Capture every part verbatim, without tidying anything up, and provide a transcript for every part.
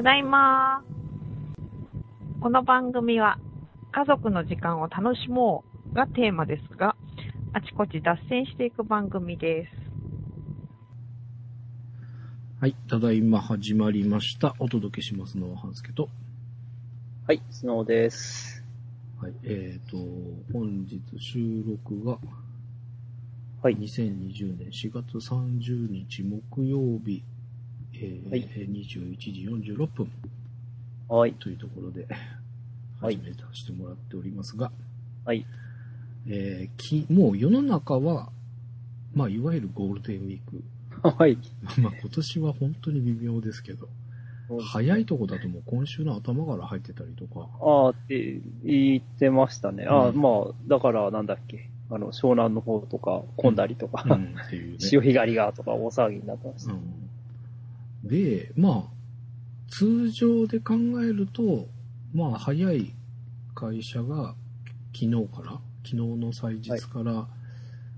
だいま。この番組は家族の時間を楽しもうがテーマですが、あちこち脱線していく番組です。 はい、ただいま始まりました。お届けしますのは半助と。 はい、スノーです。 はい、えーと、本日収録が、 はい、 にせんにじゅうねんしがつさんじゅうにち木曜日、えーはい、にじゅういちじよんじゅうろっぷん、 はい、 というところで始めさせてもらっておりますが、 はい、 えー、きもう世の中は、まあ、いわゆるゴールデンウィーク。 はい。 まあ今年は本当に微妙ですけど、早いとこだともう今週の頭から入ってたりとか。 ああ、って言ってましたね。ああ、うん、まあ、だからなんだっけ。あの、湘南の方とか混んだりとか、うんうんっていうね、潮干狩りがとか大騒ぎになってました。うん、 で、まあ、通常で考えると、まあ早い会社が昨日から、昨日の祭日から、はい、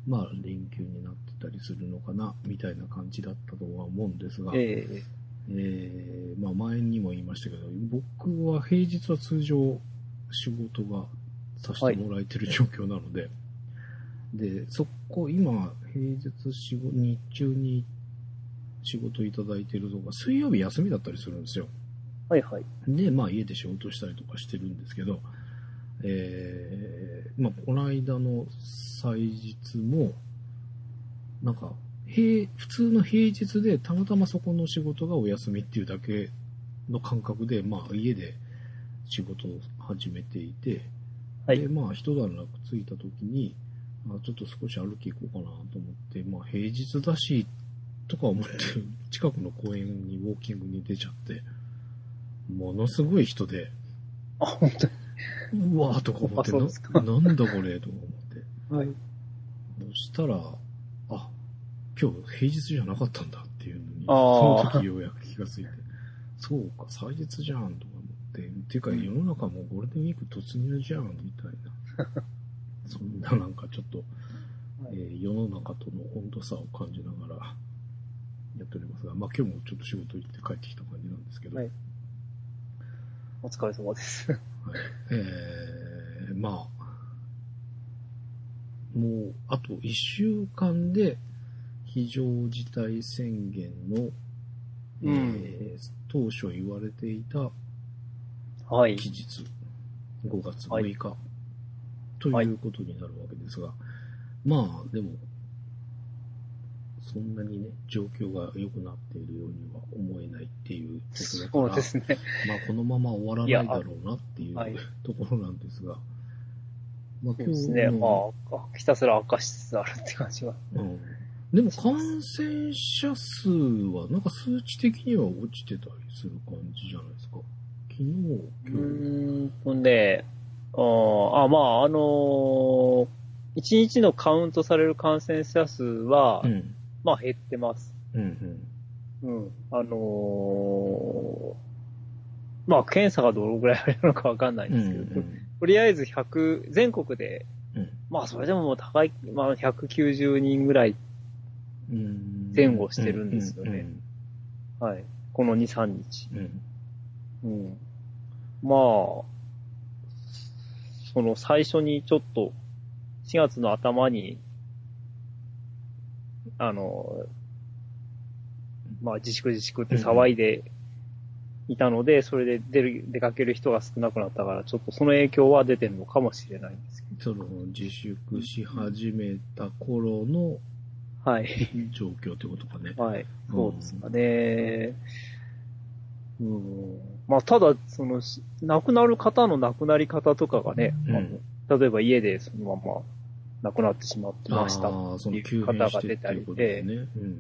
まあ連休になってたりするのかな、みたいな感じだったとは思うんですが、 えーえー、まあ前にも言いましたけど、僕は平日は通常仕事がさせてもらえてる状況なので、はい、で、そこ今平日仕事、日中に仕事いただいてるとか、水曜日休みだったりするんですよ。 はいはい。 で、まあ家で仕事したりとかしてるんですけど、えー、まあこの間の祭日も、なんか、平、普通の平日でたまたまそこの仕事がお休みっていうだけの感覚で、まあ家で仕事を始めていて、はい、で、まあ一段落ついた時に、あ、ちょっと少し歩き行こうかなと思って、まあ平日だし、とか思って近くの公園にウォーキングに出ちゃって、ものすごい人で、 あ、本当にうわーとか思って、な、なんだこれとか思って、はい、そしたら、あ、今日平日じゃなかったんだっていうのに、その時ようやく気がついて、そうか、祭日じゃんとか思って、っていうか世の中もゴールデンウィーク突入じゃんみたいな、そんななんかちょっと、はい、えー、世の中との温度差を感じながらやっておりますが、まあ今日もちょっと仕事行って帰ってきた感じなんですけど、はい、 お疲れ様です。はい、 えー、まあ、もうあといっしゅうかんで非常事態宣言の、うん、えー、当初言われていた期日、はい、ごがつむいか、はい、ということになるわけですが、はい、まあでもそんなにね状況が良くなっているようには思えないっていうところから、 そうですね、 まあこのまま終わらないだろうなっていう、はい、ところなんですが、 まあ今日ですね、まあひたすら悪化しつつあるって感じは。 うん、でも感染者数はなんか数値的には落ちてたりする感じじゃないですか。昨日、今日。 うーんとね、ああ、まああのー、一日のカウントされる感染者数は、うん、まあ減ってます。うんうん。うん。あのー、まあ検査がどのぐらいあるのかわかんないんですけど、うんうん、とりあえずひゃく、全国で、うん、まあそれでももう高い、まあひゃくきゅうじゅうにんぐらい前後してるんですよね。うんうんうん、はい。このに、さんにち。うんうん、まあ、その最初にちょっとしがつの頭に、あの、まあ自粛自粛って騒いでいたので、うん、それで出る、出かける人が少なくなったから、ちょっとその影響は出てるのかもしれないんですけど。その自粛し始めた頃の、 はい。 状況ってことかね。 はい。そうですかね。うん。まあ、ただ、その、亡くなる方の亡くなり方とかがね、うん、あの例えば家でそのまま亡くなってしまってましたっていう方が出たりで、ね、うんうんうん、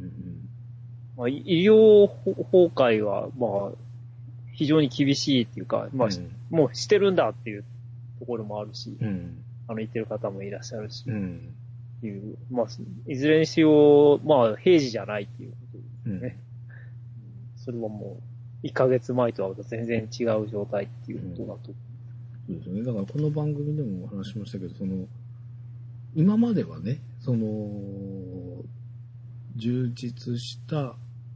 まあ、医療崩壊は、まあ、非常に厳しいっていうか、まあ、うん、もうしてるんだっていうところもあるし、うん、あの、言ってる方もいらっしゃるし、うんいう、まあ、いずれにしよう、まあ、平時じゃないっていうことですね。うん、それはもう、いっかげつまえとは全然違う状態っていうことだと、 うん。そうですね。だからこの番組でもお話しましたけど、その、今まではね、その、充実した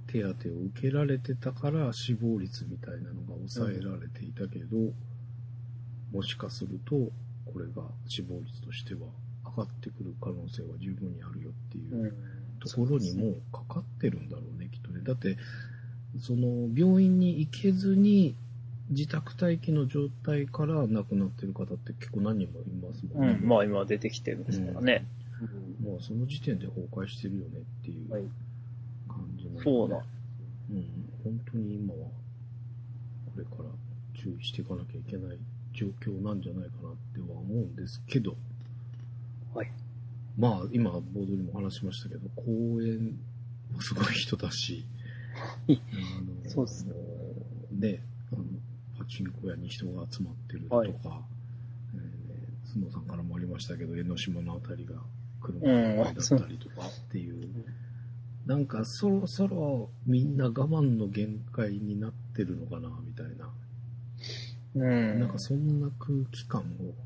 手当を受けられてたから死亡率みたいなのが抑えられていたけど、うん、もしかするとこれが死亡率としては上がってくる可能性は十分にあるよっていうところにもかかってるんだろうね、きっとね。だってその病院に行けずに自宅待機の状態から亡くなってる方って結構何人もいますもんね。 うん、まあ今出てきてるんですからね。 うん、もうその時点で崩壊してるよねっていう感じなんで、ね、 そうだ。 うん、本当に今はこれから注意していかなきゃいけない状況なんじゃないかなっては思うんですけど、 はい。 まあ今ボードにも話しましたけど、公園もすごい人だし、 あのそうですね。 で、あのパチンコ屋に人が集まってるとか、はい、えー、須野さんからもありましたけど、江ノ島のあたりが車がいっぱいだったりとかっていう、うん、なんかそろそろみんな我慢の限界になってるのかなみたいな、うん、なんかそんな空気感を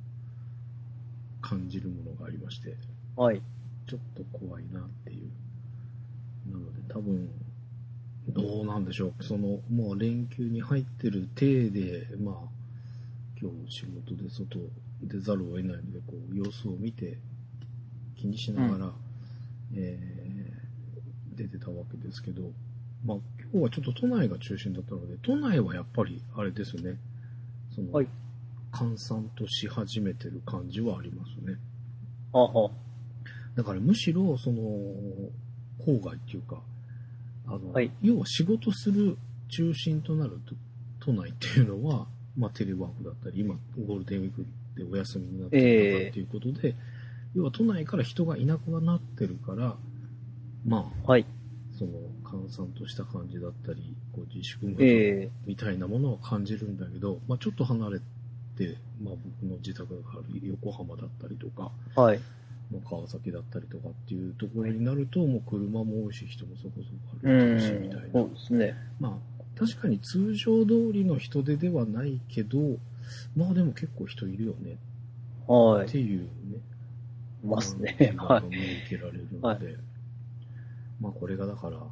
感じるものがありまして、 はい、 ちょっと怖いなっていう。なので多分どうなんでしょう。そのもう連休に入ってる体で、まあ今日仕事で外出ざるを得ないので、こう様子を見て気にしながら、うん、えー、出てたわけですけど、まあ今日はちょっと都内が中心だったので、都内はやっぱりあれですよね。その、はい、閑散とし始めてる感じはありますね。 あは。 だからむしろその郊外っていうか、あの、はい、要は仕事する中心となると都内っていうのは、まあテレワークだったり、今ゴールデンウィークでお休みになってる方っていうことで、えー、要は都内から人がいなくはなってるから、まあ、はい、その閑散とした感じだったり、こう自粛ムードみたいなものを感じるんだけど、えー、まあちょっと離れて、まあ僕の自宅がある横浜だったりとか、はい、川崎だったりとかっていうところになると、もう車も多いし人もそこそこ歩いてるしみたいな。 そうですね。 まあ確かに通常通りの人出ではないけど、まあでも結構人いるよね。はい。っていうね。 いますね。 はい。見受けられるので、はい、まあこれがだから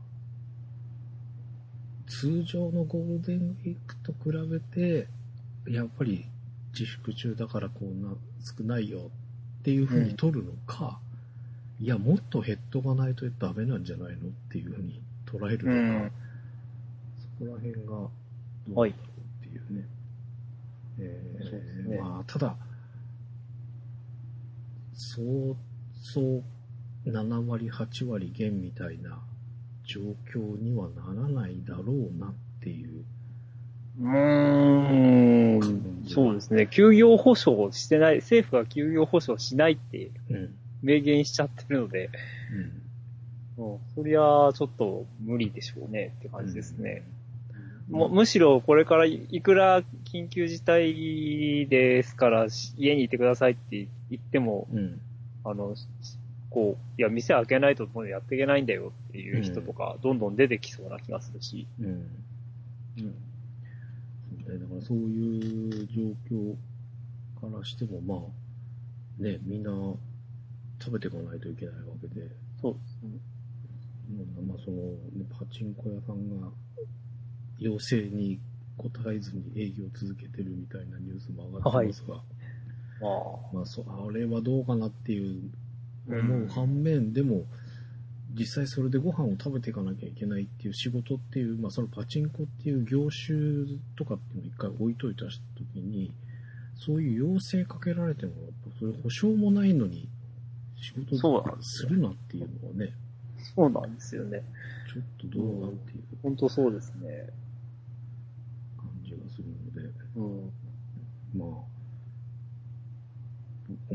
通常のゴールデンウィークと比べてやっぱり自粛中だからこうな少ないよっていう風に取るのか、うん、いやもっと減っとかないとダメなんじゃないのっていう風に捉えるのか、うん、そこら辺がどうだろうっていうね。はい、えー、そうですね。まあただそうそうななわりはちわり減みたいな状況にはならないだろうなっていう。 うーん、そうですね。休業保障してない、政府が休業保障しないって明言しちゃってるので、うんうん、そりゃあちょっと無理でしょうねって感じですね。うん、もむしろこれからいくら緊急事態ですから家にいてくださいって言っても、うん、あの、こう、いや、店開けないともうやっていけないんだよっていう人とか、どんどん出てきそうな気がするし。うん。うんだからそういう状況からしても、まあ、ね、みんな食べていかないといけないわけで。 そうですね。 まあ、その、ね、パチンコ屋さんが要請に応えずに営業を続けてるみたいなニュースも上がってますが、はい、あ, まあ、そあれはどうかなっていう思う反面、うん、でも実際それでご飯を食べていかなきゃいけないっていう仕事っていう、まあ、そのパチンコっていう業種とかっていうのを一回置いといた時に、そういう要請かけられてもそれ保証もないのに仕事するなっていうのはね、 そうなんですよね。 ちょっとどうなんていう、 本当そうですね。 感じがするので、うん、まあ、うん、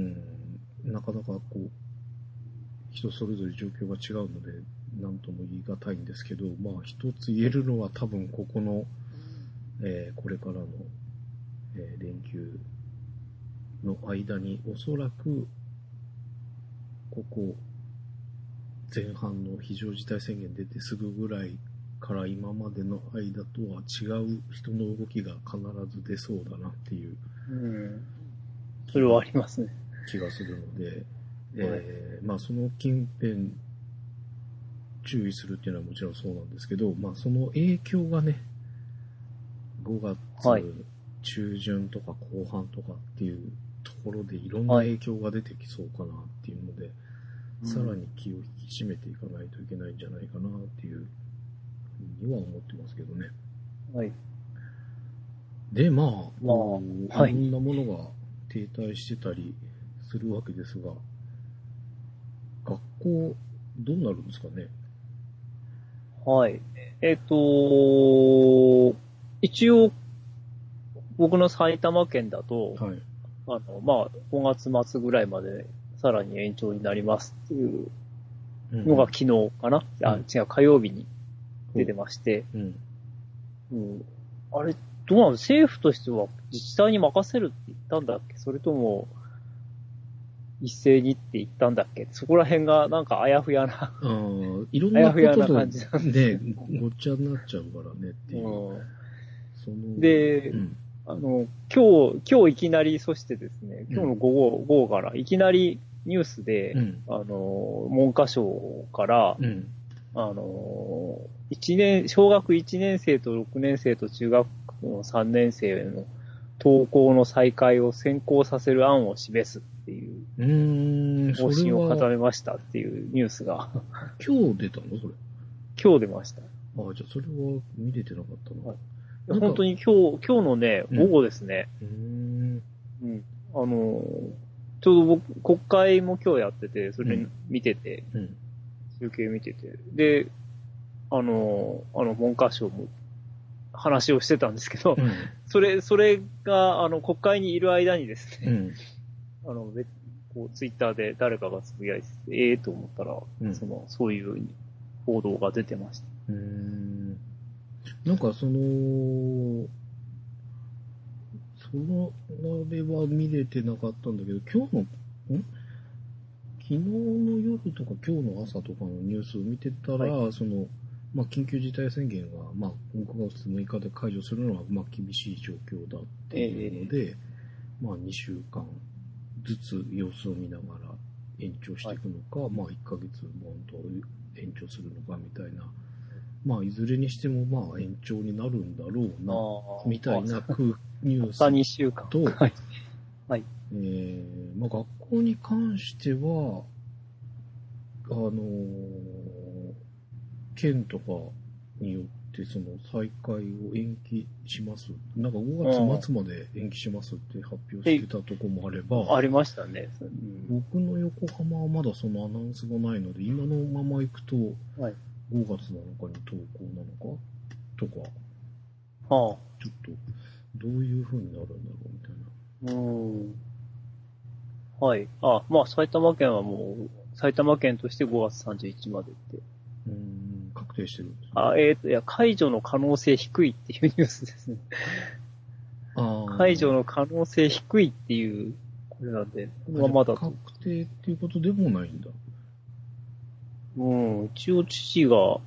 なかなかこう人それぞれ状況が違うので何とも言い難いんですけど、まあ一つ言えるのは多分ここの、えー、これからの、えー、連休の間におそらくここ前半の非常事態宣言出てすぐぐらいから今までの間とは違う人の動きが必ず出そうだなっていう、 うん、それはありますね。 気がするので、えー、まあその近辺注意するっていうのはもちろんそうなんですけど、まあその影響がね、ごがつ中旬とか後半とかっていうところでいろんな影響が出てきそうかなっていうので、はい、さらに気を引き締めていかないといけないんじゃないかなっていうふうには思ってますけどね。 はい。 で、まあ、まあ、 はい、 いろんなものが停滞してたりするわけですが、学校どうなるんですかね。 はい。えっと、一応、僕の埼玉県だと、はい、あの、まあ、ごがつ末ぐらいまでさらに延長になりますっていうのが昨日かな、うん、あ、違う、火曜日に出てまして、うんうん、あれ、どうなの？政府としては自治体に任せるって言ったんだっけ？それとも、一斉にって言ったんだっけ？そこら辺がなんかあやふやな。 ああ、いろんなこととね、ごっちゃになっちゃうからねっていう。うん、 そので、うん、あの、今日、今日いきなり、そしてですね、今日の午後、うん、午後からいきなりニュースで、うん、あの、文科省から、うん、あの、一年、小学いちねん生とろくねん生と中学のさんねん生の登校の再開を先行させる案を示すっていう方針を固めましたっていうニュースが。 今日出たのそれ。 今日出ました。 ああ、じゃあそれは見れてなかったな。はい本当に今日、今日のね、午後ですね。うん。うん。あの、ちょうど僕、国会も今日やってて、それ見てて、うん、中継見てて、で、あの、あの、文科省も話をしてたんですけど、うん、それ、それが、あの、国会にいる間にですね、うん、あの、こう、ツイッターで誰かがつぶやいてて、ええー、と思ったら、うん、その、そういう報道が出てました。うーんなんかその、その、あれは見れてなかったんだけど、今日の、ん昨日の夜とか今日の朝とかのニュースを見てたら、はい、その、まあ、緊急事態宣言が、まあ、ごがつむいかで解除するのは、まあ、厳しい状況だっていうので、えー、まあ、にしゅうかんずつ様子を見ながら延長していくのか、はい、まあ、いっかげつボンと延長するのかみたいな、まあ、いずれにしても、まあ、延長になるんだろうな、みたいなニュースと、 にしゅうかん。はい。はい。 えー、まあ、学校に関しては、あのー、県とかによって、その、再開を延期します。なんかごがつ末まで延期しますって発表してたとこもあれば、 ありましたね。 うん、僕の横浜はまだそのアナウンスがないので、今のまま行くと、はいごがつなのかに登校なのかとか、はあ、ちょっとどういう風になるんだろうみたいな。うーん。 はい。あ、まあ埼玉県はもう埼玉県としてごがつさんじゅういちにちまでって。 うーん、確定してるんですね。 あ、えっ、ー、といや解除の可能性低いっていうニュースですね。あ解除の可能性低いっていうこれなんで、これはまだ確定っていうことでもないんだ。 うん、一応知事が、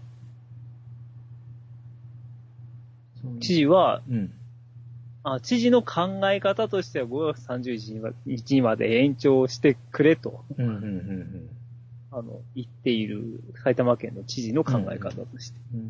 知事は、うん、あ、知事の考え方としてはごがつさんじゅういちにちまで延長してくれと、うんうんうんうん、あの、言っている埼玉県の知事の考え方として、うんうん、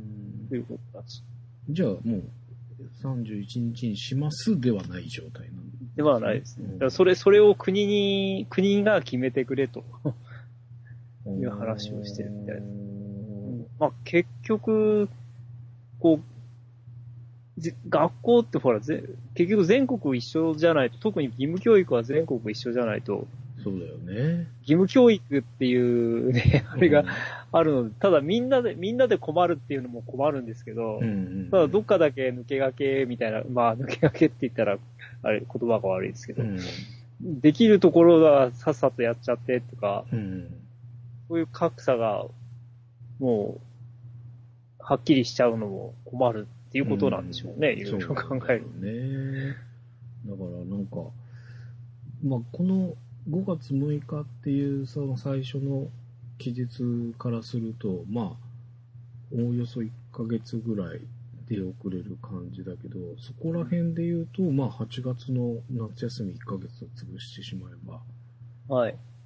ということだし。 じゃあもう、さんじゅういちにちにしますではない状態なんですね。 ではないですね。だからそれ、それを国に、国が決めてくれと。いう話をしてるみたいです。まあ結局、こう、学校ってほら、ぜ結局全国一緒じゃないと、特に義務教育は全国一緒じゃないと、 そうだよね。 義務教育っていうね、あれがあるので、ただみんなで、みんなで困るっていうのも困るんですけど、うんうんうん、ただどっかだけ抜け駆けみたいな、まあ抜け駆けって言ったら、あれ言葉が悪いですけど、うん、できるところはさっさとやっちゃってとか、うんそういう格差が、もう、はっきりしちゃうのも困るっていうことなんでしょうね。うん、いろいろ考える。 そうね。だからなんか、まあ、このごがつむいかっていうその最初の期日からすると、まあ、おおよそいっかげつぐらいで遅れる感じだけど、そこら辺で言うと、まあ、はちがつの夏休みいっかげつ潰してしまえば、 はい。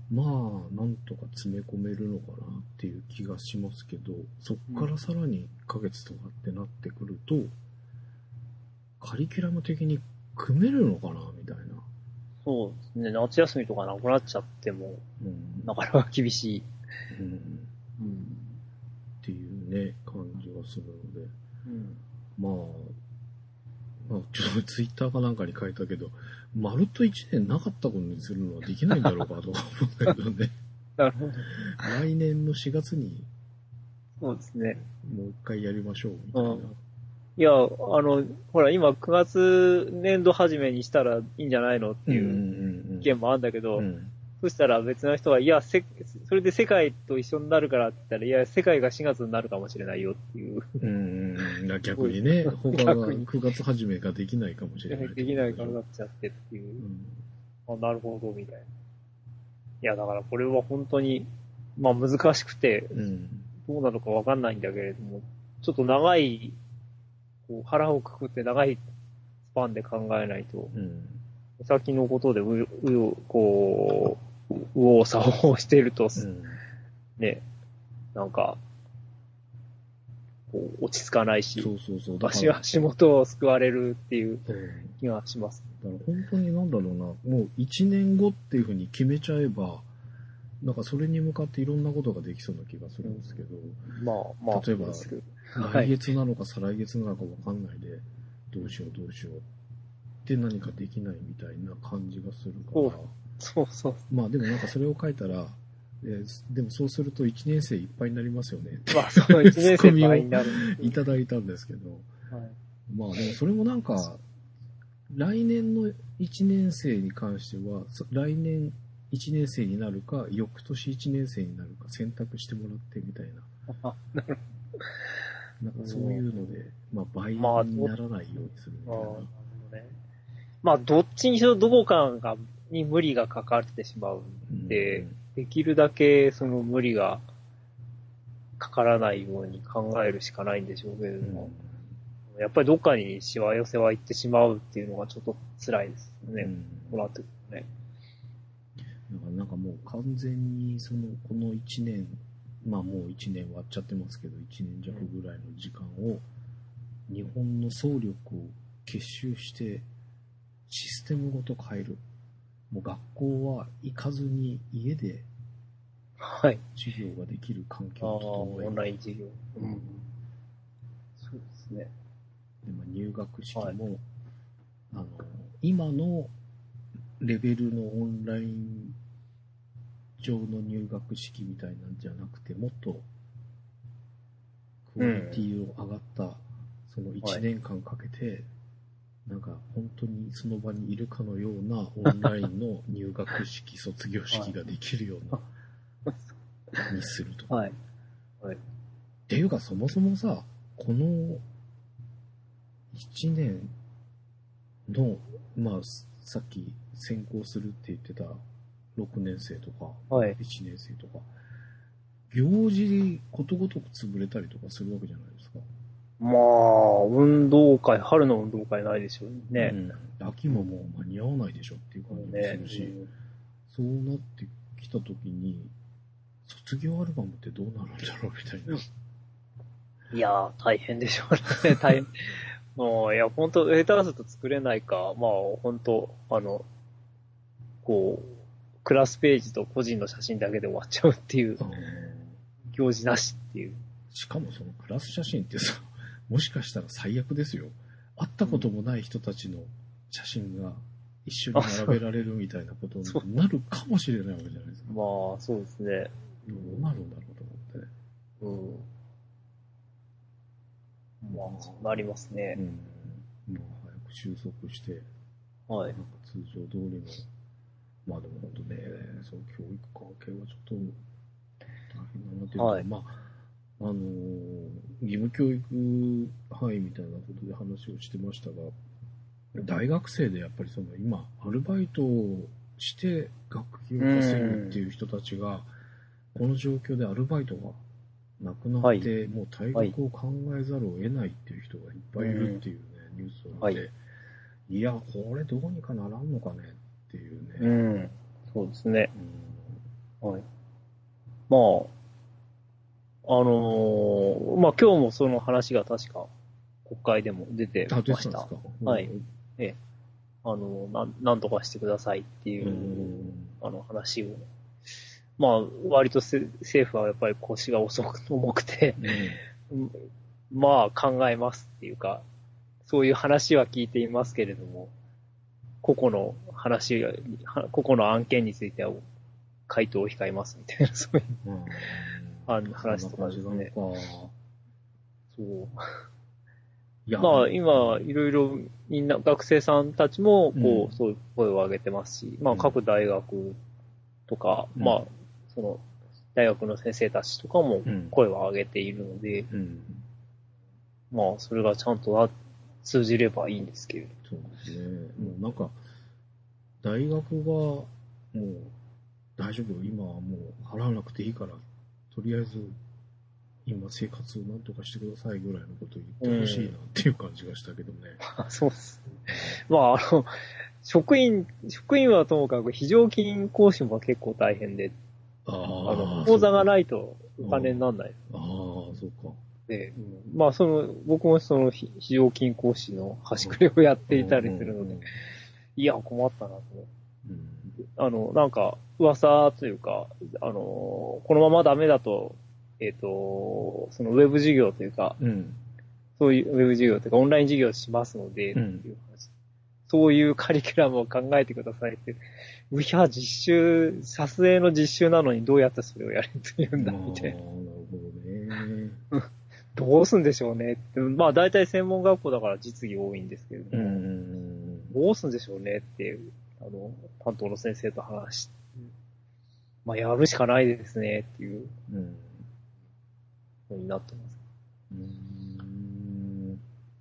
まあ、なんとか詰め込めるのかなっていう気がしますけど、そっからさらにいっかげつとかってなってくると、カリキュラム的に組めるのかなみたいな。 そうですね。夏休みとかなくなっちゃっても、うん、なかなか厳しい。うんうん、 っていうね、感じがするので。うん、まあ、まあ、ちょっとツイッターかなんかに書いたけど、まるっといちねんなかったことにするのはできないんだろうかとか思うんだけどね。 なるほど。 来年のしがつに、 そうですね。 もう一回やりましょうみたいな。うん、 いや、あの、ほら、今くがつ年度始めにしたらいいんじゃないのっていう意見もあるんだけど、うんうんうん、そしたら別の人は、いや、せ、それで世界と一緒になるからって言ったら、いや、世界がしがつになるかもしれないよっていう。 うん、逆にね、他がくがつ始めができないかもしれない。 できないからなっちゃってっていう。うん、あ、なるほど、みたいな。いや、だからこれは本当に、まあ難しくて、うん、どうなのかわかんないんだけれども、ちょっと長い、こう腹をくくって長いスパンで考えないと、うん、先のことでう、う、こう、右往左往してると、うん、ね、なんか、こう落ち着かないし、 そうそうそう。 足足元を救われるっていう気がします。 だから本当になんだろうな、もう一年後っていうふうに決めちゃえば、なんかそれに向かっていろんなことができそうな気がするんですけど、 うん、まあまあ、 例えば、来月なのか再来月なのかわかんないで、どうしようどうしようって何かできないみたいな感じがするから、 そうそう。 まあでもなんかそれを書いたら、えー、でもそうするといちねん生いっぱいになりますよねって、 まあ、そういちねん生いっぱいになるいただいたんですけど、はい、まあでもそれもなんか来年のいちねん生に関しては来年いちねん生になるか翌年いちねん生になるか選択してもらってみたいな、なんかそういうので、まあ、倍にならないようにするみたいな。まあ、 ね、まあどっちにしろどこかがに無理がかかってしまうんで、うん、できるだけその無理がかからないように考えるしかないんでしょうけれども、うん、やっぱりどっかにしわ寄せは行ってしまうっていうのがちょっと辛いですよね。うん、この後ね。 だからなんかもう完全にそのこのいちねん、まあもういちねん割っちゃってますけど、いちねん弱ぐらいの時間を日本の総力を結集してシステムごと変える。もう学校は行かずに家で授業ができる環境を整える。 オンライン授業。うん、そうですね。 で、まあ、入学式も、はい、あの今のレベルのオンライン上の入学式みたいなんじゃなくて、もっとクオリティを上がった、うん、そのいちねんかんかけて、はい、なんか本当にその場にいるかのようなオンラインの入学式、卒業式ができるようなにすると。 はい。はい。 っていうかそもそもさ、このいちねんの、まあさっき専攻するって言ってたろくねん生とか、はい、いちねん生とか、行事ことごとく潰れたりとかするわけじゃないですか。 まあ、運動会、春の運動会ないでしょうね。 うん、秋ももう間に合わないでしょっていう感じもするし、ね、うん、そうなってきたときに、卒業アルバムってどうなるんだろうみたいな。 いやー、大変でしょうね。大変。もう、いや、本当下手すると作れないか、まあ、本当あの、こう、クラスページと個人の写真だけで終わっちゃうっていう、行事なしっていう。 しかもそのクラス写真ってさ、もしかしたら最悪ですよ。会ったこともない人たちの写真が一緒に並べられるみたいなことになるかもしれないわけじゃないですか。 まあ、そうですね。 どうなるんだろうと思って。 うん。まあ、そうなりますね。 うん。まあ、早く収束して、 はい。 なんか通常通りの、まあでも本当ね、その教育関係はちょっと大変だなっていうか、はい、まあ、あのー、義務教育範囲みたいなことで話をしてましたが、大学生でやっぱりその今、アルバイトをして学費を稼ぐっていう人たちが、この状況でアルバイトがなくなって、はい、もう退学を考えざるを得ないっていう人がいっぱいいるっていうね、ニュースを見て、はい、いや、これどうにかならんのかねっていうね。 うん、そうですね。 はい。まあ、あのー、まあ今日もその話が確か国会でも出てました。はい。ええ。あの、なん、なんとかしてくださいっていう、うあの話を。まあ、割とせ政府はやっぱり腰が遅く、重くて、うん、まあ考えますっていうか、そういう話は聞いていますけれども、個々の話が、個々の案件については回答を控えますみたいな、そういう、うん、あの話とかですね。そう。いやまあ今、いろいろみんな、学生さんたちも、こう、うん、そういう声を上げてますし、まあ各大学とか、うん、まあ、その、大学の先生たちとかも声を上げているので、うんうん、まあ、それがちゃんと通じればいいんですけれど。 そうですね。もうなんか、大学が、もう、大丈夫よ、今はもう払わなくていいから、とりあえず、今生活をなんとかしてくださいぐらいのことを言ってほしいなっていう感じがしたけどね。 うん、そうですね。まあ、あの、職員、職員はともかく非常勤講師も結構大変で、あの、講座がないとお金にならない。 ああ、そうか。 で、うん、まあ、その、僕もその非常勤講師の端くれをやっていたりするので、いや、困ったなと。うん、あの、なんか、噂というか、あの、このままダメだと、えっと、そのウェブ授業というか、うん、そういうウェブ授業というかオンライン授業をしますので、うん、っていう話、そういうカリキュラムを考えてくださいって、うひゃ、実習、撮影の実習なのにどうやってそれをやれというんだみたいな。なるほどね。どうすんでしょうねって。まあ大体専門学校だから実技多いんですけれども、うん、どうすんでしょうねっていう、あの、担当の先生と話して、まあやるしかないですねっていう。うんになってます。うーん。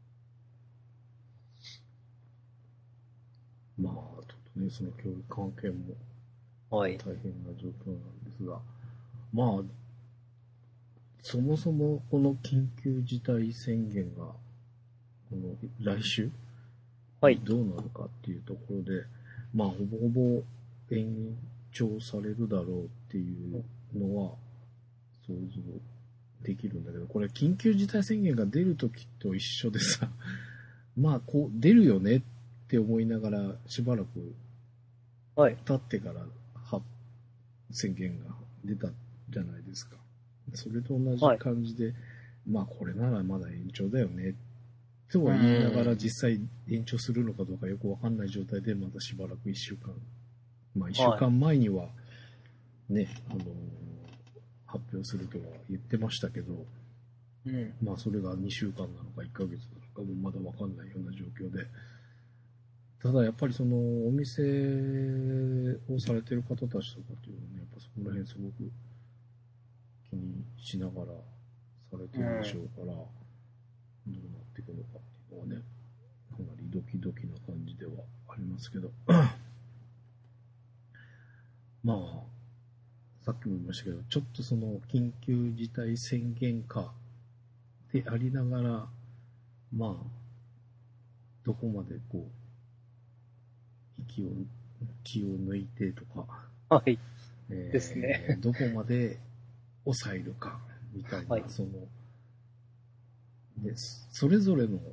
まあ、ちょっとね、その教育関係も大変な状況なんですが、はい、まあ、そもそもこの緊急事態宣言が、この来週、はい、どうなるかっていうところで、まあ、ほぼほぼ延長されるだろうっていうのは想像できるんだけど、これ緊急事態宣言が出るときと一緒でさ、まあこう出るよねって思いながらしばらく経ってからは宣言が出たじゃないですか。それと同じ感じで、はい、まあこれならまだ延長だよねとは言いながら実際延長するのかどうかよくわかんない状態でまだしばらくいっしゅうかん、まあいっしゅうかんまえにはね、あのー発表するとは言ってましたけど、うん、まあそれがにしゅうかんなのかいっかげつなのかもまだわかんないような状況で、ただやっぱりそのお店をされてる方たちとかっていうのはね、やっぱそこら辺すごく気にしながらされてるでしょうから、うん、どうなっていくのかっていうのはね、かなりドキドキな感じではありますけど、まあさっきも言いましたけど、ちょっとその緊急事態宣言下でありながら、まあ、どこまでこう、息を、気を抜いてとか、 はい。 えー、 ですね。 どこまで抑えるか、みたいな、はい、その、で、それぞれの、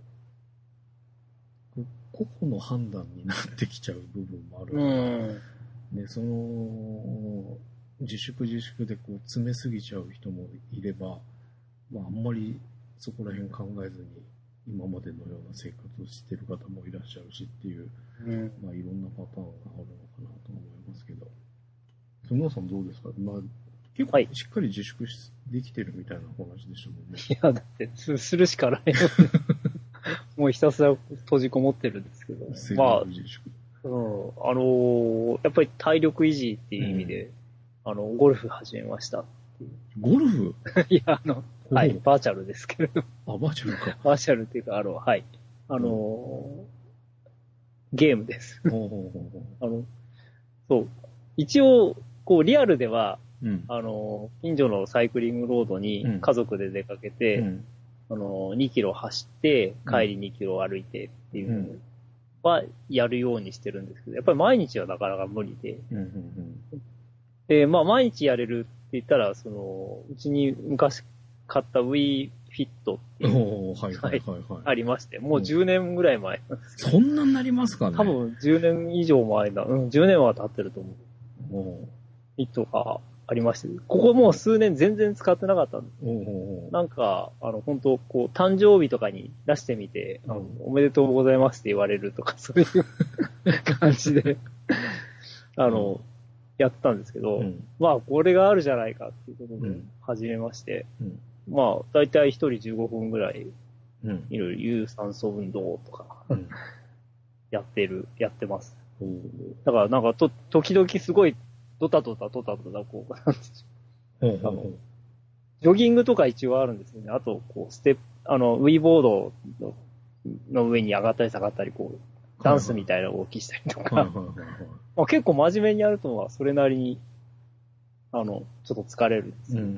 個々の判断になってきちゃう部分もあるから、うんで、その、自粛自粛でこう詰めすぎちゃう人もいれば、まああんまりそこら辺考えずに今までのような生活をしている方もいらっしゃるしっていう、うん、まあいろんなパターンがあるのかなと思いますけど、そのさんどうですか？まあ結構しっかり自粛できてるみたいな話でしたもんね。 いやだってすするしかないもうひたすら閉じこもってるんですけど、まあ、うん、あのー、やっぱり体力維持っていう意味で。うんあの、ゴルフ始めましたっていう。 ゴルフいや、あの、はい、バーチャルですけれど。 あ、バーチャルか。 バーチャルっていうか、あの、はい。あのー、ゲームです。ほうほうほうほうあの、そう。一応、こう、リアルでは、うん、あの、近所のサイクリングロードに家族で出かけて、うん、あの、にキロ走って、帰りにキロ歩いてっていうのはやるようにしてるんですけど、やっぱり毎日はなかなか無理で、うんうんうんで、まあ毎日やれるって言ったら、その、うちに昔買った Wii Fit っていうおー、はいはいはいはい。 ありまして、もうじゅうねんぐらい前なんですけど。 そんなになりますかね。 多分じゅうねん以上前だ。うん、じゅうねんは経ってると思う。 おフィットがありまして、ここもう数年全然使ってなかったんです。 おおなんか、あの、本当こう、誕生日とかに出してみて、あの、おめでとうございますって言われるとか、そういう感じで、あの、うん、やったんですけど、うん、まあ、これがあるじゃないかっていうことで始めまして、うん、まあ、だいたい一人じゅうごふんぐらい、うん、いろいろ有酸素運動とか、うん、やってる、やってます。だからなんかと、時々すごい、ドタドタドタドタこう、なんでしょう。あの、ジョギングとか一応あるんですよね。あと、こう、ステップ、あの、ウィーボードのの上に上がったり下がったり、こう、ダンスみたいな動きしたりとか。まあ、結構真面目にやるとは、それなりに、あの、ちょっと疲れるんですよ。うんうんうん、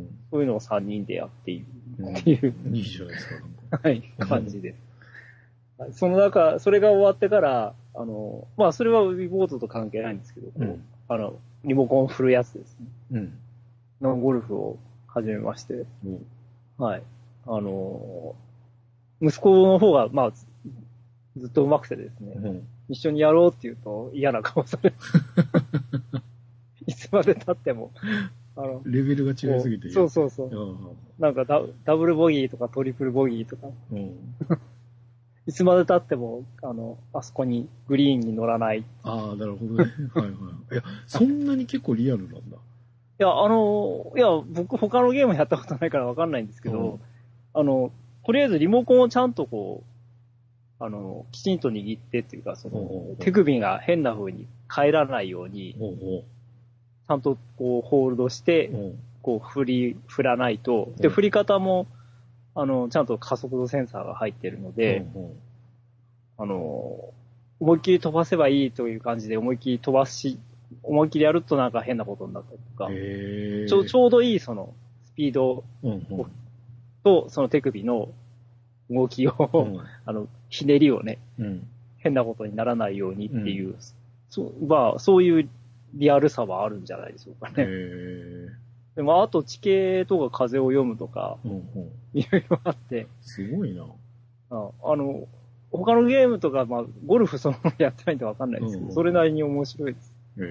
そういうのをさんにんでやっているっていう。 うん、いいじゃないですか。 はい、感じです。その中、それが終わってから、あの、まあ、それはウィーボードと関係ないんですけど、うん、あの、リモコン振るやつですね。うん。のゴルフを始めまして、うん、はい。あの、息子の方が、まあ、ずっと上手くてですね、うん、一緒にやろうって言うと嫌な顔される。いつまで経っても。あのレベルが違いすぎて。 そうそうそう。なんかダ、ダブルボギーとかトリプルボギーとか。うん、いつまで経っても、あの、あそこにグリーンに乗らない。 ああ、なるほどね。はいはい。いや、そんなに結構リアルなんだ。 いや、あの、いや、僕他のゲームやったことないからわかんないんですけど、うん、あの、とりあえずリモコンをちゃんとこう、あの、きちんと握ってっていうか、その、おうおうおう手首が変な風に返らないように、おうおうちゃんとこう、ホールドして、こう、振り、振らないと、で、振り方も、あの、ちゃんと加速度センサーが入ってるので、おうおうあの、思いっきり飛ばせばいいという感じで思いっきり飛ばし、思いっきりやるとなんか変なことになったりとか、ちょちょうどいいそのスピード、うんうん、とその手首の動きを、うん、あの、ひねりをね、うん、変なことにならないようにっていう、うん、そまあ、そういうリアルさはあるんじゃないでしょうかね。でも、あと地形とか風を読むとか、いろいろあって。 すごいな。 ああの、他のゲームとか、まあ、ゴルフそのままやってないんでわかんないですけど、うん、それなりに面白いです。へ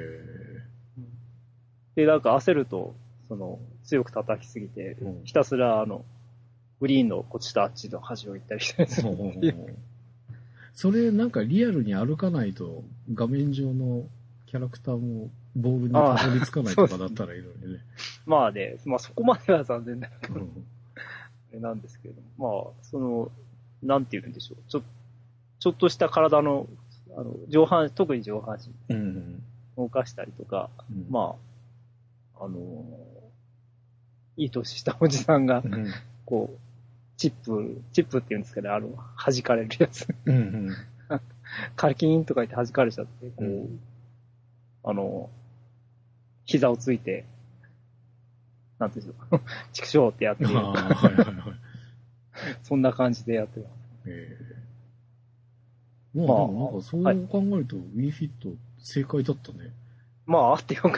で、なんか焦ると、その、強く叩きすぎて、うん、ひたすら、あの、グリーンのこっちとあっちの端を行ったりしたりする。 それ、なんかリアルに歩かないと、画面上のキャラクターもボールにたどり着かないとかだったらいいのにね。 まあね、まあそこまでは残念だけど、うん、あれなんですけれども、まあ、その、なんて言うんでしょう。ちょっとちょっとした体の、あの、上半身、特に上半身、うん、動かしたりとか、うん、まあ、あの、いい年したおじさんが、うん、こう、チップ、チップって言うんですけど、あの、弾かれるやつ。うんうん、カキーンとか言って弾かれちゃって、こう、うん、あの、膝をついて、なんていうんですか、畜生ってやって、はいはいはい、そんな感じでやってます。えーまあ、でもなんかそう考えると Wii Fit 正解だったね。 まあ、あってよかった。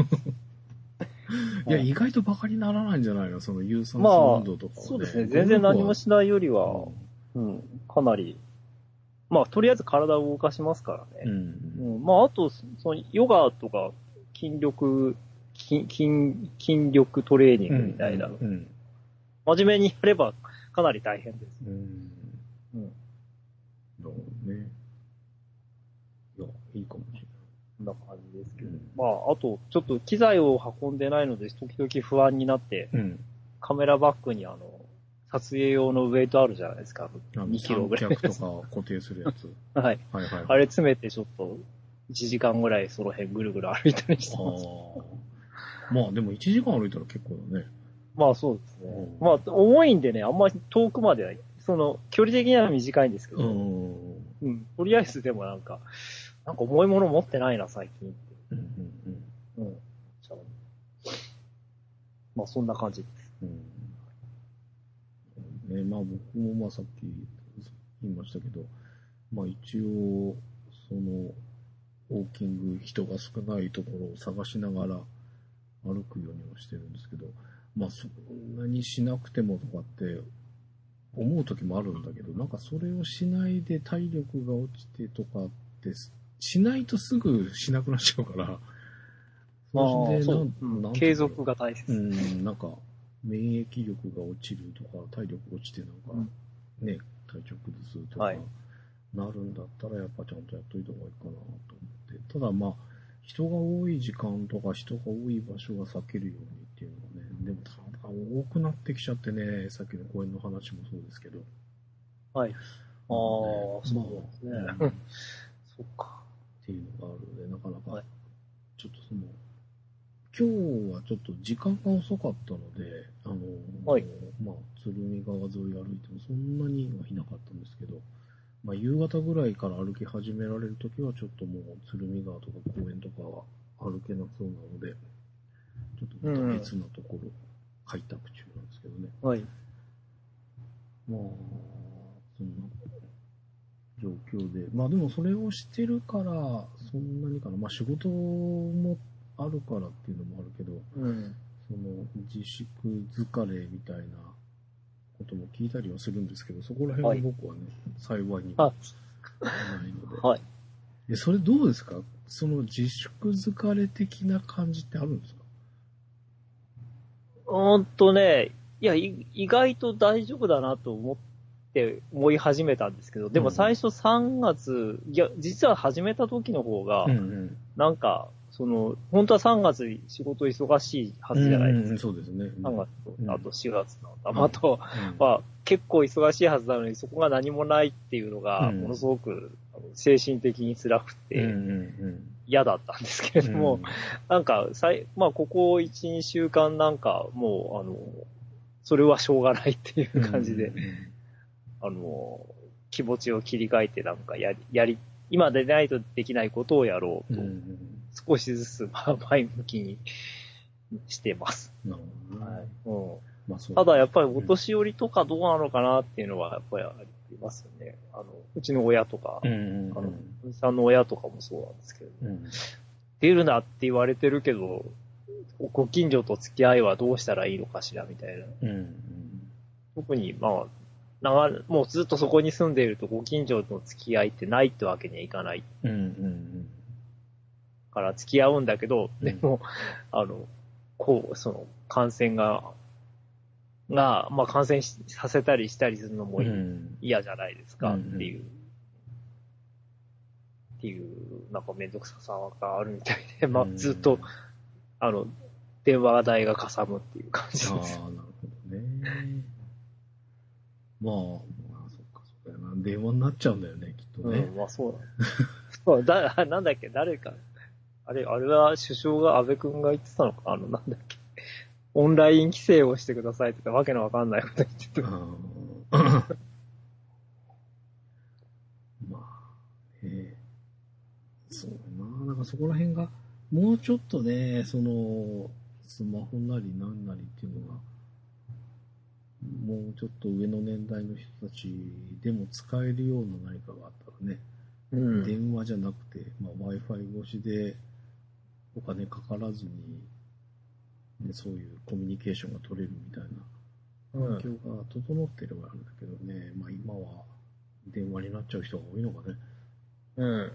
いや、意外とバカにならないんじゃないのその有酸素運動とかは、ね。 まあ、そうですね。全然何もしないよりは、うん、うん、かなり、まあ、とりあえず体を動かしますからね。うんうん、まあ、あと、その、ヨガとか、筋力、筋、筋、筋力トレーニングみたいな、うんうんうん、真面目にやればかなり大変です。うんうんね。いや、いいかもしれない。 こんな感じですけど。うん、まあ、あと、ちょっと機材を運んでないので、時々不安になって、うん、カメラバッグにあの、撮影用のウェイトあるじゃないですか。にキロぐらい。 三脚とか固定するやつ。 はい。はいはい、はい。あれ詰めてちょっと、いちじかんぐらいその辺ぐるぐる歩いたりしてます。 あまあ、でもいちじかん歩いたら結構だね。 まあそうですね。うん、まあ、重いんでね、あんまり遠くまでは、その、距離的には短いんですけど、うんうん、とりあえずでもなんか、なんか重いもの持ってないな、最近って。うんうんうん。うん。まあそんな感じです。 うん。ね、まあ僕もまあさっき言いましたけど、まあ一応、その、 ウォーキング、人が少ないところを探しながら歩くようにはしてるんですけど、まあそんなにしなくてもとかって思う時もあるんだけど、なんかそれをしないで体力が落ちてとかってしないとすぐしなくなっちゃうから、それでそなう、うん、 なん継続が大切。 うん、なんか免疫力が落ちるとか体力落ちてなんか、うん、ね、体調崩すとか、はい、なるんだったらやっぱちゃんとやっといた方がいいかなと思って。ただまあ人が多い時間とか人が多い場所が避けるようにっていうのはね、でもただ多くなってきちゃってね、さっきの公園の話もそうですけど。 はい。ああ、そうですね。まあ、そっか。 っていうのがあるので、なかなか、ちょっとその、今日はちょっと時間が遅かったので、あの、はい、まあ、鶴見川沿い歩いてもそんなにはいなかったんですけど、まあ、夕方ぐらいから歩き始められるときは、ちょっともう、鶴見川とか公園とかは歩けなそうなので、ちょっとまた別なところ、開拓中なんですけどね。 はい。 まあ、そんな状況で。まあでもそれをしてるから、そんなにかな。まあ仕事もあるからっていうのもあるけど、 うん、 その自粛疲れみたいなことも聞いたりはするんですけど、そこら辺は僕はね、はい、幸いにはないので。 はい。 で、それどうですか？その自粛疲れ的な感じってあるんですか？ うーんとね、いや、意外と大丈夫だなと思って思い始めたんですけど、でも最初さんがつ、うん、いや、実は始めた時の方が、うんうん、なんか、その、本当はさんがつ仕事忙しいはずじゃないですか。 うんうん、そうですね。 さんがつと、あとしがつの頭とは結構忙しいはずなのに、そこが何もないっていうのが、ものすごく精神的に辛くて、嫌だったんですけれども、なんか、まあ、ここいち、にしゅうかんなんか、もう、あの、それはしょうがないっていう感じで、あの、気持ちを切り替えてなんかやり、やり、今でないとできないことをやろうと、少しずつ前向きにしてます。 なるほどね。はい。うんまあそう、ただやっぱりお年寄りとかどうなのかなっていうのはやっぱりありますよね。あの、うちの親とか、うんうんうん、あの、おじさんの親とかもそうなんですけど、うん、出るなって言われてるけど、ご近所と付き合いはどうしたらいいのかしらみたいな。うんうん、特に、まあ、長もうずっとそこに住んでいるとご近所の付き合いってないってわけにはいかない。うんうんうん、から付き合うんだけど、でも、うん、あの、こう、その、感染が、が、まあ感染させたりしたりするのも嫌じゃないですかっていう、うんうん、っていう、なんかめんどくささがあるみたいで、まあずっと、あの、電話代がかさむっていう感じです。ああ、なるほどね。まあ、まあ、そっか、そっか。電話になっちゃうんだよね、きっとね。 うん、まあそうだ。そうだ、なんだっけ、誰か、あれ、あれは首相が安倍くんが言ってたのか、あの、なんだっけ。オンライン規制をしてくださいって言ったわけのわかんないこと言ってた。 まあ、えー、そうな。なんかそこら辺が、もうちょっとね、その、スマホなりなんなりっていうのが、もうちょっと上の年代の人たちでも使えるような何かがあったらね、うん、電話じゃなくて、まあ、Wi-Fi 越しでお金かからずに、ね、そういうコミュニケーションが取れるみたいな環境が整ってればあるんだけどね、うん、まあ今は電話になっちゃう人が多いのかね。うん。うん、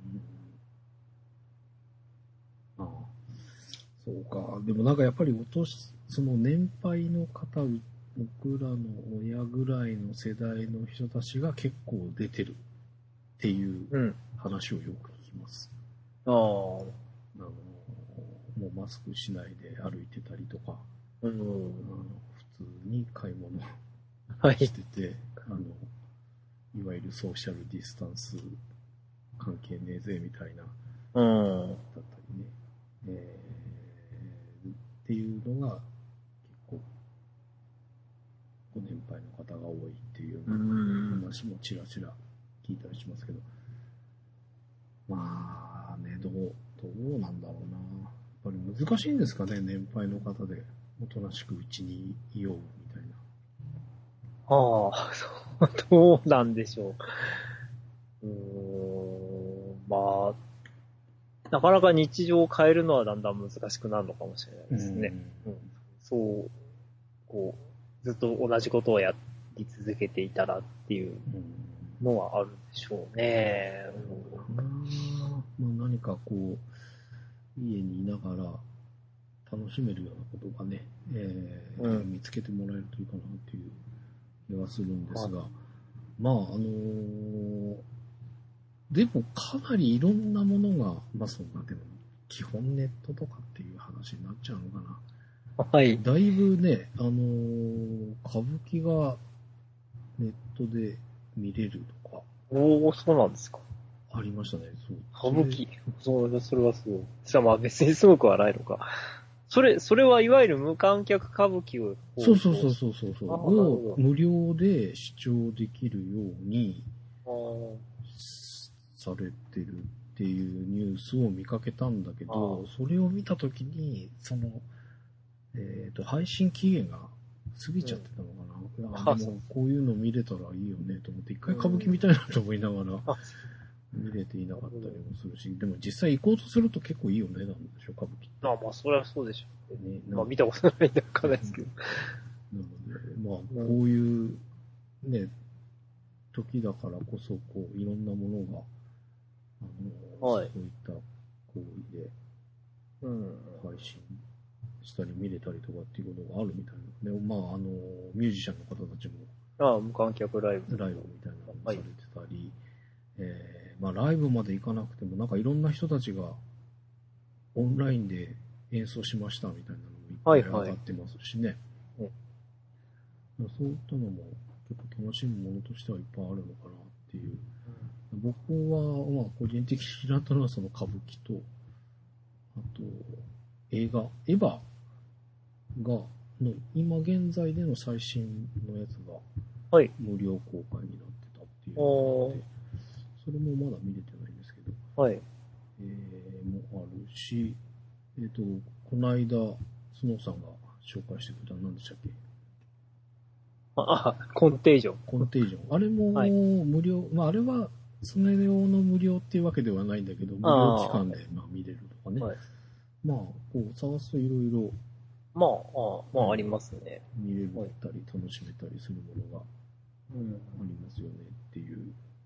ああ、そうか。でもなんかやっぱりお年、その年配の方、僕らの親ぐらいの世代の人たちが結構出てるっていう話をよく聞きます。うん、ああ。あのもうマスクしないで歩いてたりとか、うん、あの普通に買い物してて、はい、あのいわゆるソーシャルディスタンス関係ねえぜみたいな、うん、だったりね、えー、っていうのが結構ご年配の方が多いっていうような話もちらちら聞いたりしますけど、まあね、どうどうなんだろうな。やっぱり難しいんですかね、年配の方でおとなしくうちにいようみたいな。 ああ、そう、どうなんでしょう。うーん、まあ、 なかなか日常を変えるのはだんだん難しくなるのかもしれないですね。うんうん、そう、こう、ずっと同じことをやり続けていたらっていうのはあるでしょうね。 うん、まあ、何かこう、家にいながら楽しめるようなことがね、えーうん、見つけてもらえるといいかなっていう気がするんですが、はい、まあ、あのー、でもかなりいろんなものが、まあそんなでも基本ネットとかっていう話になっちゃうのかな。 はい。 だいぶね、あのー、歌舞伎がネットで見れるとか。 おお、そうなんですか。 ありましたね。 そう。歌舞伎。そう、それはすごい。じゃあまあ別にすごくはないのか。それ、それはいわゆる無観客歌舞伎を。 そうそうそうそうそうそう。を無料で視聴できるようにされてるっていうニュースを見かけたんだけど、それを見たときに、その、えっと、配信期限が過ぎちゃってたのかな。うん、でもこういうの見れたらいいよねと思って、一回歌舞伎見たいなと思いながら、見れていなかったりもするし、でも実際行こうとすると結構いいよね、なんでしょ、歌舞伎って。 ああ、まあ、それはそうでしょうね。まあ、見たことないんでわかんないですけど。 なので、まあ、こういうね、時だからこそ、こう、いろんなものが、あの、はい、そういった行為で、うん、配信したり見れたりとかっていうことがあるみたいな。で、まあ、あの、ミュージシャンの方たちも、 ああ、無観客ライブ。 ライブみたいなのをされてたり、はい、えー、まあ、ライブまで行かなくても、なんかいろんな人たちが、オンラインで演奏しましたみたいなのもいっぱい上がってますしね。はいはい、そういったのも結構楽しむものとしてはいっぱいあるのかなっていう。うん、僕は、まあ、個人的になったのはその歌舞伎と、あと、映画、エヴァが、の今現在での最新のやつが、 はい、 無料公開になってたっていうので、それもまだ見れてないんですけど、 はい。 えー、もあるし、えっ、ー、と、この間、スノーさんが紹介してくれた何でしたっけ？ あ、あ、コンテージョン。 コンテージョン。あれも無料、はい、まああれはそれ用の無料っていうわけではないんだけど、無料期間でまあ見れるとかね。はい、まあ、こう探すといろいろ。 まあ、あまあ、うん、ありますね。 見れたり楽しめたりするものがありますよねっていう。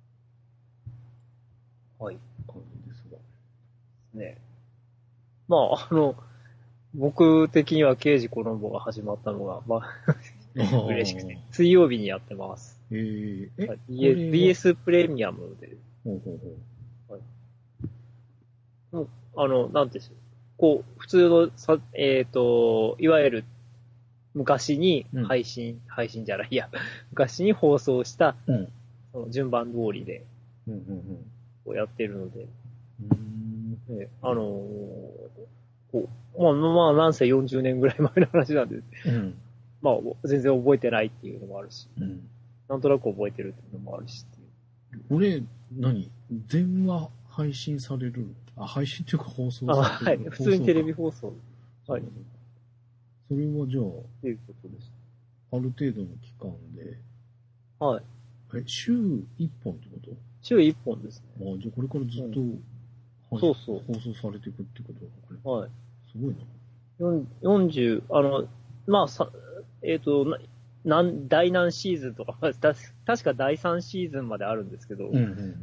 はい。 感じですが。 ね。まあ、あの、僕的には刑事コロンボが始まったのが、まあ、嬉しくて。水曜日にやってます。 えー、え、 ビーエス プレミアムで。ほうほうほう。はい。もう、あの、なんていうんでしょう。こう、普通のさ、えっ、ー、と、いわゆる、昔に配信、うん、配信じゃない、いや、昔に放送した、うん、その順番通りで、うんうんうん、こうやってるので、うんね、あのー、こう、まあ、まあ、なんせよんじゅうねんぐらい前の話なんで、うん、まあ、全然覚えてないっていうのもあるし、うん、なんとなく覚えてるっていうのもあるしっていう。 俺、何電話配信されるあ、配信っていうか放送されるはい、普通にテレビ放送。はい。 それはじゃあ、 っていうことです。 ある程度の期間で、 はい。 え、週いっぽんってこと？ 週いっぽんですね。 あ、じゃあこれからずっと、うん、 そうそう。 放送されていくってことなの？ はい。 すごいな。よんじゅう、あの、まあ、さ、えっ、ー、と、なん、第何シーズンとか、た確かだいさんシーズンまであるんですけど、うんうんうん、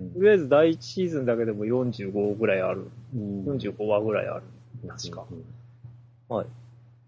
とりあえずだいいちシーズンだけでもよんじゅうごぐらいある。よんじゅうごわぐらいある。確か。はい。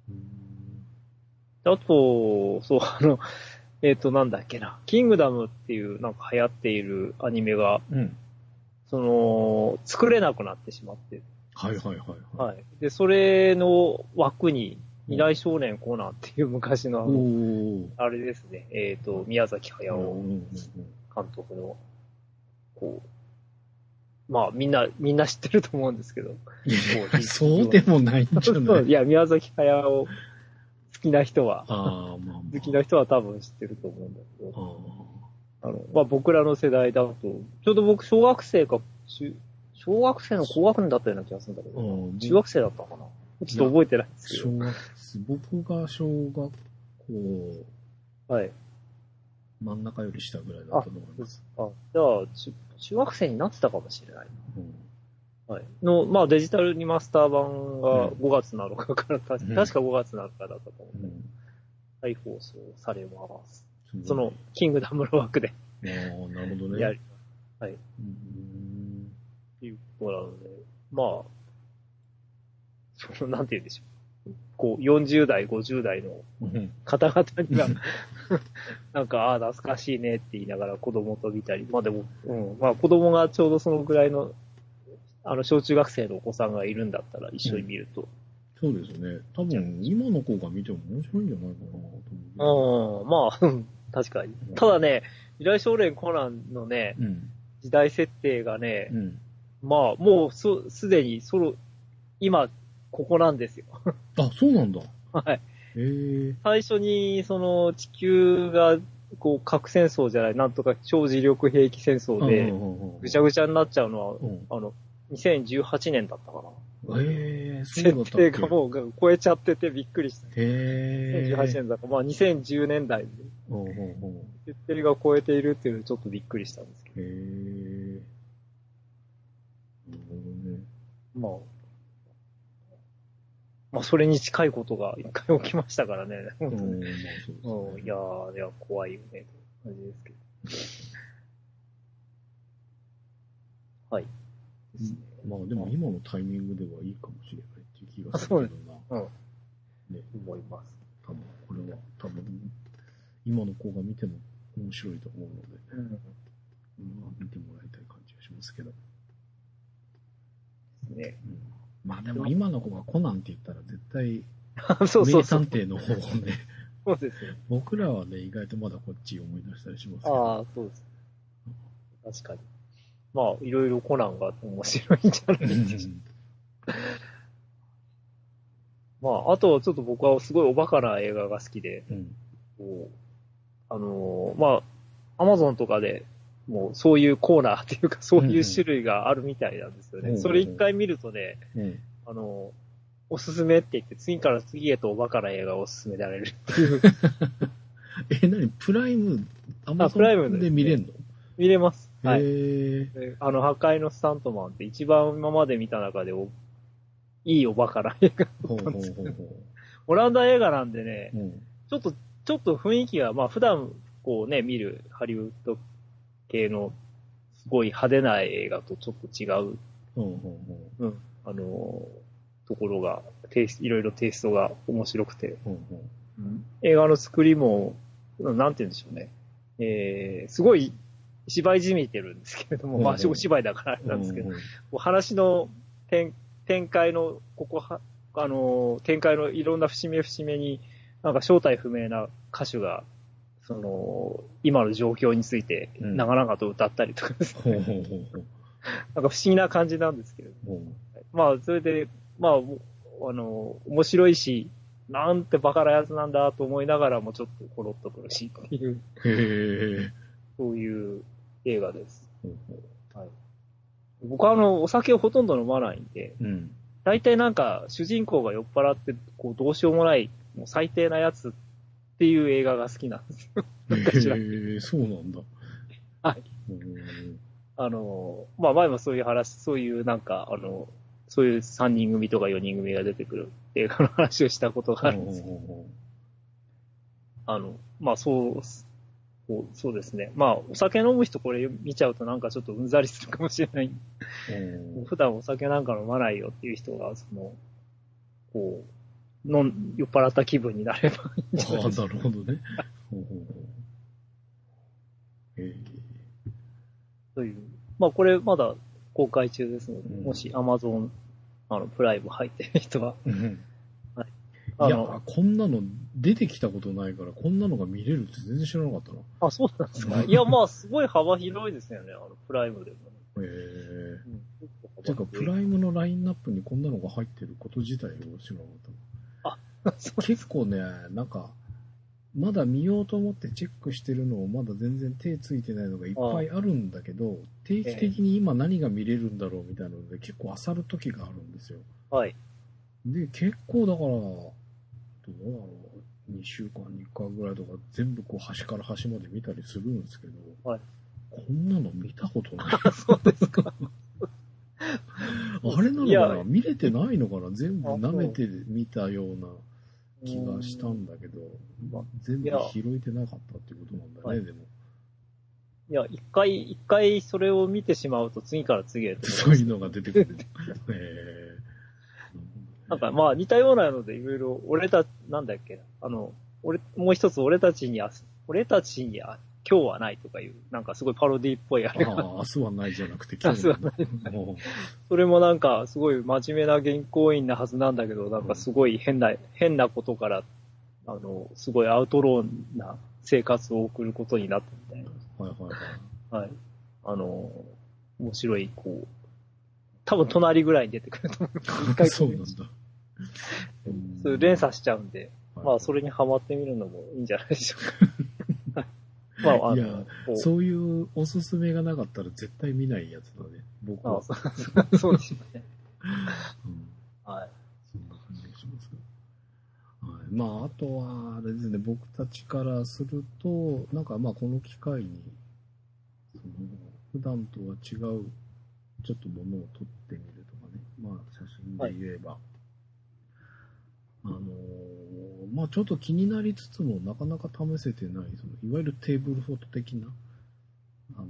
あと、そう、あの、えっ、ー、と、なんだっけな。キングダムっていうなんか流行っているアニメが、うん、その、作れなくなってしまって。 はいはいはい、 はい。はい。で、それの枠に、二大少年コナンっていう昔のあの、あれですね。えっ、ー、と、宮崎駿監督の、こう、まあみんな、みんな知ってると思うんですけど。 そうでもないんじゃない？ いや、宮崎駿好きな人は、 あまあまあ、 好きな人は多分知ってると思うんだけど。あの、まあ僕らの世代だと、ちょうど僕小学生か、小学生の高学年だったような気がするんだけど、中学生だったかな。ちょっと覚えてないんですけど。 小学僕が小学校、 はい。 真ん中より下ぐらいだったと思います。 あ、じゃあ、中学生になってたかもしれない。うん、 はい。の、まあデジタルリマスター版がごがつなのかから、確かごがつなのかだったと思う。うん、再放送されます。その、キングダムの枠で。 ああ、なるほどね。 やります。はい。うん。っていうことなので、まあ、その、なんて言うんでしょう。こう、よんじゅう代、ごじゅう代の方々には、なんか、ああ、懐かしいねって言いながら子供と見たり、まあでも、うん、まあ子供がちょうどそのぐらいの、あの、小中学生のお子さんがいるんだったら一緒に見ると。 うん、そうですね。多分、今の子が見ても面白いんじゃないかなと思う。うん、まあ、確かに。ただね、未来少年コナンのね、うん、時代設定がね、うん、まあ、もうす、すでに、その、今、ここなんですよ。 あ、そうなんだ。 はい。 へー。 最初に、その、地球が、こう、核戦争じゃない、なんとか超磁力兵器戦争で、ぐちゃぐちゃになっちゃうのは、うん、あの、にせんじゅうはちねんだったかな。 へー、そうだったっけ。 設定がもう超えちゃっててびっくりした。 へー。 にせんじゅうはちねんだから、まあにせんじゅうねんだいで。 ほうほうほう。 設定が超えているっていうのちょっとびっくりしたんですけど。 へー。なるほどね。 まあ、まあ、それに近いことが一回起きましたからね。本当に。うん、まあそうですね。うん、いやー、いや、怖いよね、という感じですけど。はい。 まあでも今のタイミングではいいかもしれないっていう気がするけどな。 うん。ね、思います。 多分、これは多分、今の子が見ても面白いと思うので、うん、まあ、見てもらいたい感じがしますけど。 ね。 うん、まあでも今の子がコナンって言ったら絶対、 そうそうそう。 名探偵の方をね、 そうですね。 僕らはね、意外とまだこっち思い出したりしますけど。 ああ、そうです。確かに。まあ、いろいろコナンが面白いんじゃないですか。まあ、あと、ちょっと僕はすごいおバカな映画が好きで、うん、こうあのー、まあ、アマゾンとかで、もうそういうコーナーっていうか、そういう種類があるみたいなんですよね。うんうん、それ一回見るとね、うん、あのー、おすすめって言って、次から次へとおバカな映画をおすすめられるっていう。 え、何プライム、アマゾンで見れんの？ 見れます。 はい。 であの、破壊のスタントマンって一番今まで見た中でおいいおバカな映画だったんですけど。オランダ映画なんでね、うん、ちょっと、ちょっと雰囲気が、まあ普段こうね、見るハリウッド系のすごい派手な映画とちょっと違う、うんうんうんうん、あの、ところが、テイスいろいろテイストが面白くて、うんうん、映画の作りも、なんて言うんでしょうね、えー、すごい芝居じみてるんですけれども、うんうん、まあお芝居だからなんですけど、うんうん、こう話の展展開の、ここは、あの、展開のいろんな節目節目に、なんか正体不明な歌手が、その、今の状況について、長々と歌ったりとかですね。うん、なんか不思議な感じなんですけれども。うん、まあ、それで、まあ、あの、面白いし、なんてバカなやつなんだと思いながらもちょっとコロッとくるしっていう、 へー、 そういう映画です。うん、はい、僕はあの、お酒をほとんど飲まないんで、うん、大体なんか主人公が酔っ払ってこうどうしようもないもう最低なやつっていう映画が好きなんですよ。 へー、そうなんだ。 はい。あの、まあ前もそういう話、そういうなんか、あの、そういうさんにん組とかよにん組が出てくる映画の話をしたことがあるんですけど、あの、まあそう、そうですね。まあ、お酒飲む人これ見ちゃうとなんかちょっとうんざりするかもしれない。普段お酒なんか飲まないよっていう人が、その、こう、飲ん、酔っ払った気分になればいいんじゃないですか。 ああ、なるほどね。ほうほうほう。えー、という。まあ、これまだ公開中ですので、うん、もし Amazon、あの、プライム入ってる人は、 うんはい、いや、こんなの出てきたことないから、こんなのが見れるって全然知らなかったな。 あ、そうなんですか。いや、まあ、すごい幅広いですよね、あの、プライムでも、ね。 へえ。うん、てか、プライムのラインナップにこんなのが入ってること自体を知らなかった。あ、そう結構ね、なんか、まだ見ようと思ってチェックしてるのをまだ全然手ついてないのがいっぱいあるんだけど、定期的に今何が見れるんだろうみたいなので結構漁る時があるんですよ。 はい。 で、結構だから、どうだろう、にしゅうかんにいっかいぐらいとか全部こう端から端まで見たりするんですけど、 はい。 こんなの見たことない。 そうですか。 あれなのいやかな、見れてないのかな、全部舐めてみたような気がしたんだけど、まあ、全部拾えてなかったっていうことなんだね、 はいでも。 いや、一回、一回それを見てしまうと次から次へと。 そういうのが出てくる。えー、 なんかまあ似たようなのでいろいろ、俺た、なんだっけ、あの、俺、もう一つ俺たちにあ、俺たちにあ、今日はないとかいう、なんかすごいパロディっぽいあれが。 ああ、明日はないじゃなくて今日明日はない。もうそれもなんかすごい真面目な原稿員なはずなんだけど、なんかすごい変な、変なことから、あの、すごいアウトローな生活を送ることになったみたいな。 はいはいはい。 はい。あの、面白い、こう、多分隣ぐらいに出てくると思う。一回そうなんだ。 それ連鎖しちゃうんで、 はい、 まあそれにハマってみるのもいいんじゃないでしょうか。まあ、あのいや、そういうおすすめがなかったら絶対見ないやつだね、僕は。 あそうそうですね。 うん、 はい。 そんな感じがしますが。はい。まあ、あとは、あれですね、僕たちからすると、なんかまあ、この機会に、その普段とは違う、ちょっとものを撮ってみるとかね、まあ、写真で言えば、はい、あのー、まあちょっと気になりつつもなかなか試せてない、そのいわゆるテーブルフォト的な、あの、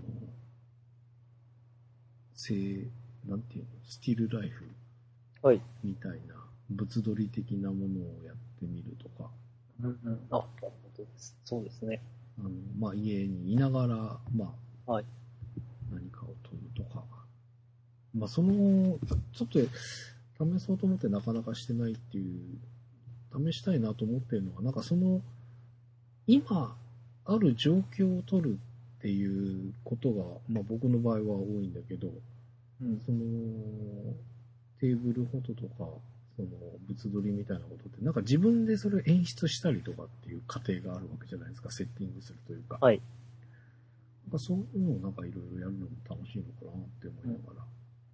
せなんていうの、スティールライフみたいな、物撮り的なものをやってみるとか。 うんうん、あ、本当です。そうですね。 あの、まあ家にいながら、まあ、 はい、 何かを撮るとか。まあその、ちょっと試そうと思ってなかなかしてないっていう、試したいなと思ってるのは、なんかその、今ある状況を撮るっていうことが、まあ僕の場合は多いんだけど、うん、その、テーブルフォトとか、その、物撮りみたいなことって、なんか自分でそれを演出したりとかっていう過程があるわけじゃないですか、セッティングするというか。 はい。 なんかそういうのをなんかいろいろやるのも楽しいのかなって思いながら。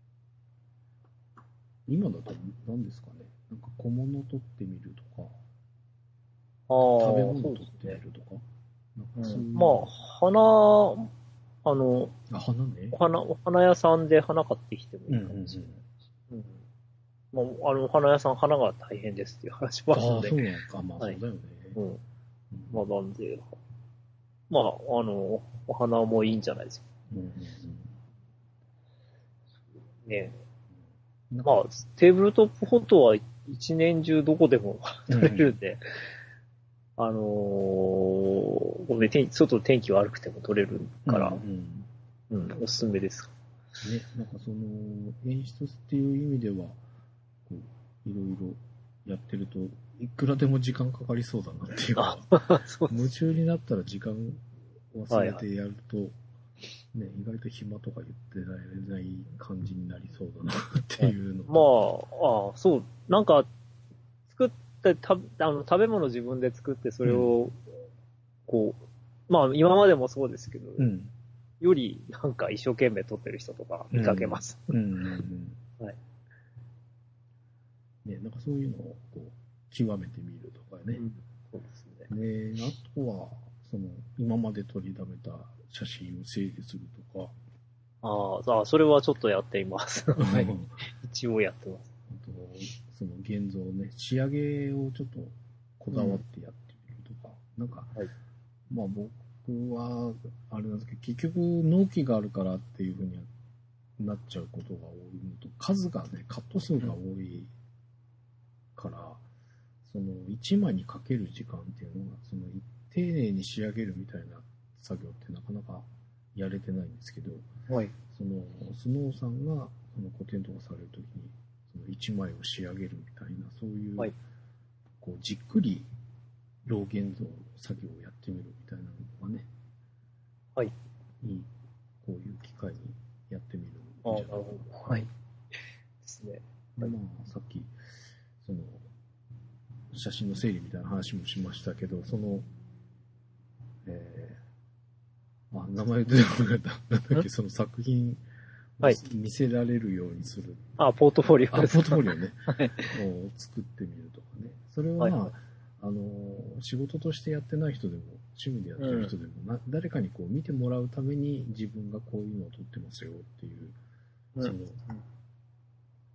うん、今だと何ですかね、なんか小物撮ってみるとか、食べ物撮ってみるとか。 うん、まあ、花、あの、 あ、花ね。 お花、お花屋さんで花買ってきてもいいかもしれない。うんうんうん、まあ、あの、花屋さん、花が大変ですっていう話もあるので。 ああ、そうなのか。まあ、そうだよね。 はい、うん。まあ、なんで、まあ、あの、お花もいいんじゃないですか。うんうんうん、ねえ。まあ、テーブルトップフォトは一年中どこでも撮れるんで、うん、あのー、ごめん、天外天気悪くても撮れるから、うんうん、うん、おすすめです。 ね、なんかその、演出っていう意味では、こう、いろいろやってると、いくらでも時間かかりそうだなっていうか、夢中になったら時間忘れてやると、はいはい、ね、意外と暇とか言ってられない感じになりそうだなっていうの。 まあ、ああ、そう、なんか、作ってた、あの、食べ物自分で作ってそれを、こう、うん、まあ、今までもそうですけど、うんよりなんか一生懸命撮ってる人とか見かけます。うん。うんうんうん、はい。 ね、なんかそういうのをこう極めてみるとかね。うん、 そうですね。 ね、あとはその今まで撮りだめた写真を整理するとか。 ああ、それはちょっとやっています。はい。一応やってます。 あとその現像ね、仕上げをちょっとこだわってやってみるとか、うん、なんか、はい、まあ僕僕は、あれなんですけど、結局、納期があるからっていうふうになっちゃうことが多いのと、数がね、カット数が多いから、その、一枚にかける時間っていうのが、その、丁寧に仕上げるみたいな作業ってなかなかやれてないんですけど、はい、その、スノーさんが、その、個展とかされるときに、その、一枚を仕上げるみたいな、そういう、はい、こう、じっくり、老現像作業をやってみるみたいなのがね、 はい。 いい、こういう機会にやってみるんじゃないかな。 はい。ですね。 まあ、さっき、その、写真の整理みたいな話もしましたけど、その、えー、あ、名前出てこなかった。なんだっけ、その作品を見せられるようにする。 はい、あ、ポートフォリオ。 あ、ポートフォリオね。はい、を作ってみるとかね。それはまあ、はいはい、あの、仕事としてやってない人でも、趣味でやってる人でも、うん、な誰かにこう見てもらうために自分がこういうのを撮ってますよっていう、うん、その、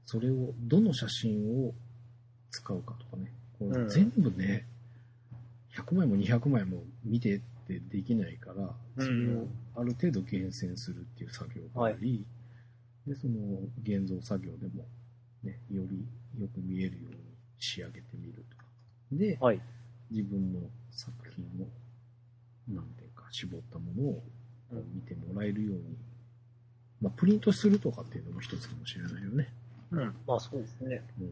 それを、どの写真を使うかとかね。これ全部ね、ひゃくまいもにひゃくまいも見てってできないから、それをある程度厳選するっていう作業があり、はい、で、その現像作業でも、ね、よりよく見えるように仕上げてみるとか。で、はい、自分の作品を、なんていうか、絞ったものを見てもらえるように、まあ、プリントするとかっていうのも一つかもしれないよね。 うん、まあそうですね。 うん、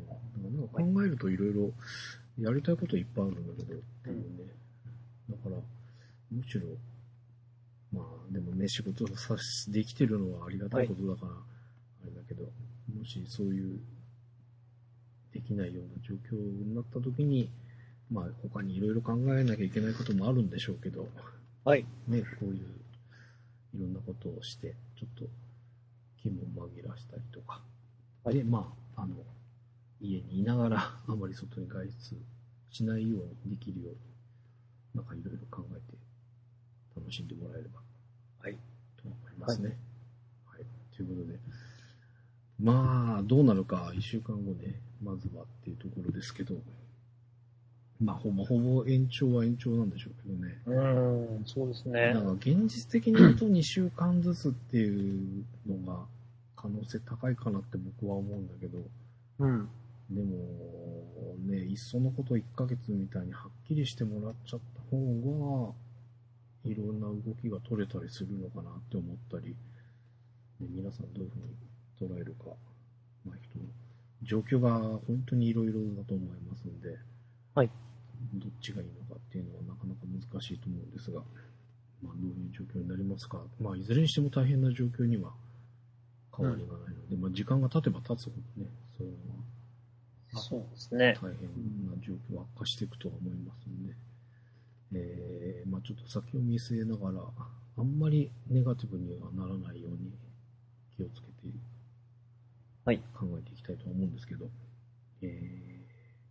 なんか考えるといろいろやりたいこといっぱいあるんだけどっていうね。うん、だから、むしろ、まあでもね、仕事さできてるのはありがたいことだから、あれだけど、もしそういうできないような状況になった時に、まあ他にいろいろ考えなきゃいけないこともあるんでしょうけど、 はい。 ね、こういういろんなことをして、ちょっと気も紛らしたりとか、で、まあ、あの、家にいながらあまり外に外出しないようにできるように、なんかいろいろ考えて楽しんでもらえれば、 はい、 と思いますね。はい。はい、ということで、まあ、どうなるかいっしゅうかんごね、まずはっていうところですけど、まあ、ほぼほぼ延長は延長なんでしょうけどね。 うーん、そうですね。 なんか現実的に言うとにしゅうかんずつっていうのが可能性高いかなって僕は思うんだけど、 うん。 でも、ね、いっそのこといっかげつみたいにはっきりしてもらっちゃった方が、いろんな動きが取れたりするのかなって思ったり、ね、皆さんどういうふうに捉えるか、まあ、人の状況が本当にいろいろだと思いますんで、 はい。 どっちがいいのかっていうのはなかなか難しいと思うんですが、まあ、どういう状況になりますか。まあ、いずれにしても大変な状況には変わりがないので、うん、まあ、時間が経てば経つほどね、そういうのは、 そうですね。 大変な状況は悪化していくとは思いますので、えー、まあ、ちょっと先を見据えながら、あんまりネガティブにはならないように気をつけて、 はい。 考えていきたいと思うんですけど、えー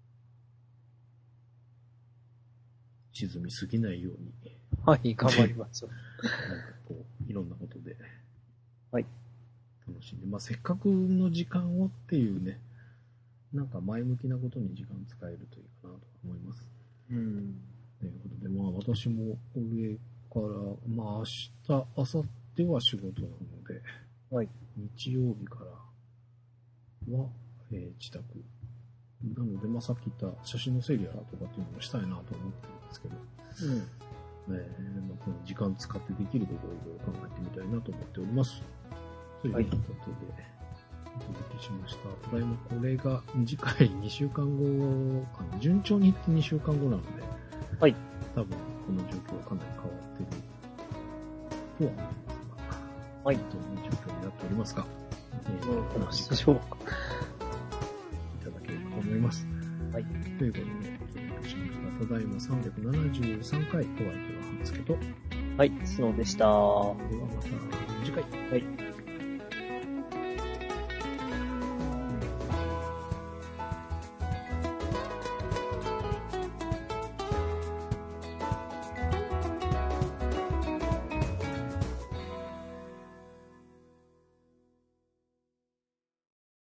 沈みすぎないように。 はい、頑張りましょう。 なんかこう、いろんなことで。 はい。 楽しんで。まあ、せっかくの時間をっていうね、なんか前向きなことに時間使えるといいかなと思います。 うん。 ということで、まあ私もこれから、まあ明日、明後日は仕事なので、 はい。 日曜日からは、えー、自宅。なので、まあさっき言った写真の整理やらとかっていうのもしたいなと思ってるんですけど、うん。えー、まあこの時間使ってできることをいろいろ考えてみたいなと思っております。ということで、はいお届けしました。ただいまこれが次回にしゅうかんごかな。順調にいってにしゅうかんごなので、 はい。 多分この状況はかなり変わっているとは思いますが、 はい。 どういう状況になっておりますか。 えー、どうでしょうか。 いただければと思います。はい。ということで、お届けしました。ただいまさんびゃくななじゅうさんかいお相手は半助と、 はい、スノーでした。ではまた次回。 はい。